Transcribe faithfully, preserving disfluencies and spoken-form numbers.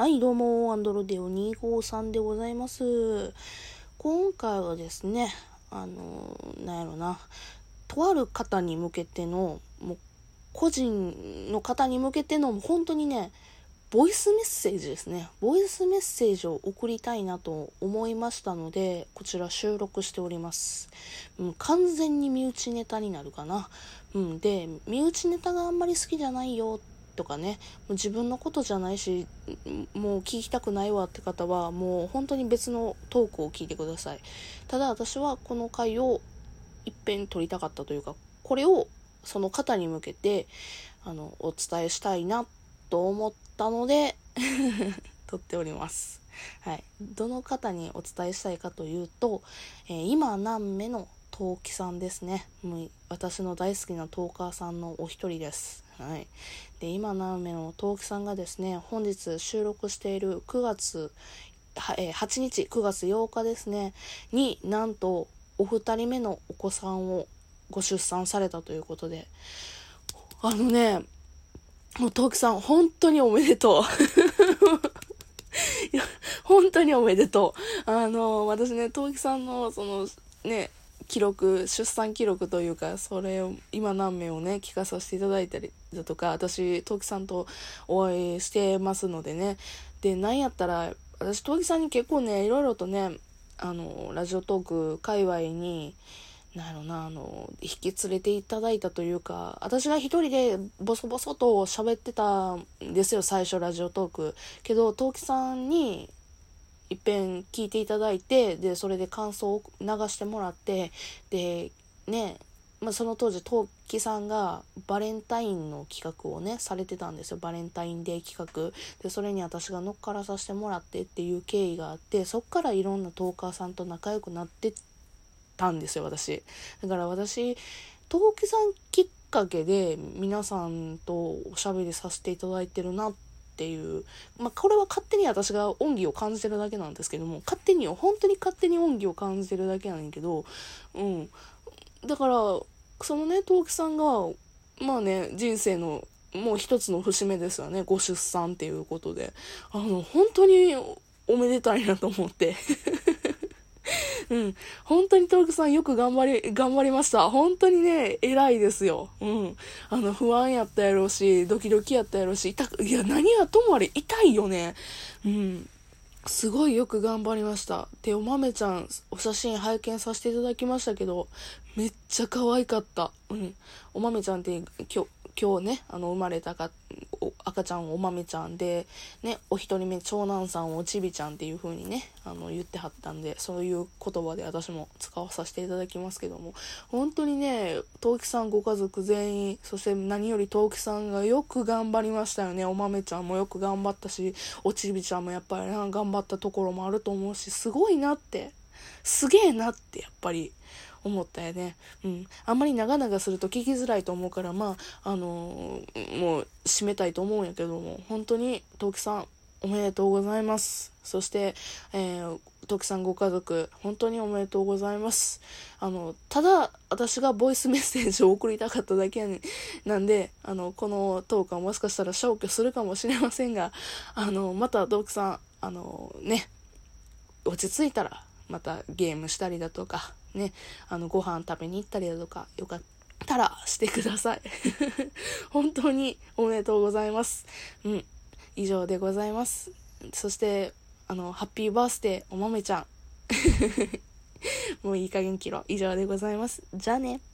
はい、どうも、アンドロデオにごさんでございます。今回はですね、あの、なんやろな、とある方に向けての、もう、個人の方に向けての、本当にね、ボイスメッセージですね。ボイスメッセージを送りたいなと思いましたので、こちら収録しております。うん、完全に身内ネタになるかな。うん、で、身内ネタがあんまり好きじゃないよとかね、自分のことじゃないし、もう聞きたくないわって方は、もう本当に別のトークを聞いてください。ただ私はこの回を一遍撮りたかったというか、これをその方に向けて、あの、お伝えしたいなと思ったので撮っております。はい。どの方にお伝えしたいかというと、えー、今何目のトウキさんですね。もう私の大好きなトーカーさんのお一人です。はい。で、今何目のトウキさんがですね、本日収録しているくがつはちにち、くがつようかですね、になんとお二人目のお子さんをご出産されたということで、あのね、もうトウキさん本当におめでとう。いや本当におめでとう。あの私ね、トウキさんのそのね記録、出産記録というか、それを今何名をね聞かさせていただいたりだとか、私トウキさんとお会いしてますのでね。で、なんやったら私トウキさんに結構ねいろいろとね、あのラジオトーク界隈になんやろな、あの引き連れていただいたというか、私が一人でボソボソと喋ってたんですよ、最初ラジオトークけど、トウキさんにいっぺん聞いていただいて、でそれで感想を流してもらって、でね、まあ、その当時トウキさんがバレンタインの企画をねされてたんですよ。バレンタインデー企画で、それに私が乗っからさせてもらってっていう経緯があって、そっからいろんなトーカーさんと仲良くなってたんですよ、私。だから私トウキさんきっかけで皆さんとおしゃべりさせていただいてるなっていう、まあこれは勝手に私が恩義を感じてるだけなんですけども、勝手によ、本当に勝手に恩義を感じてるだけなんやけど、うんだからそのね、トウキさんがまあね、人生のもう一つの節目ですよね、ご出産っていうことで、あの本当におめでたいなと思ってうん。本当にトークさんよく頑張り、頑張りました。本当にね、偉いですよ。うん。あの、不安やったやろうし、ドキドキやったやろうし、痛く、いや、何はともあれ痛いよね。うん。すごいよく頑張りました。で、お豆ちゃん、お写真拝見させていただきましたけど、めっちゃ可愛かった。うん。お豆ちゃんって今日、今日ね、あの、生まれたか、赤ちゃんお豆ちゃんで、ね、お一人目長男さんをちびちゃんっていう風にね、あの、言ってはったんで、そういう言葉で私も使わさせていただきますけども、本当にね、トウキさんご家族全員、そして何よりトウキさんがよく頑張りましたよね。お豆ちゃんもよく頑張ったし、おちびちゃんもやっぱりな、頑張ったところもあると思うし、すごいなって、すげえなってやっぱり思ったよね。うん。あんまり長々すると聞きづらいと思うから、まあ、あのー、もう締めたいと思うんやけども、本当にトウキさんおめでとうございます。そして、えー、トウキさんご家族本当におめでとうございます。あのただ私がボイスメッセージを送りたかっただけやねんなんで、あのこのトークはもしかしたら消去するかもしれませんが、あのまたトウキさんあのね落ち着いたらまたゲームしたりだとかね、あのご飯食べに行ったりだとかよかったらしてください。本当におめでとうございます。うん、以上でございます。そしてあのハッピーバースデーお豆ちゃん。もういい加減切ろう。以上でございます。じゃあね。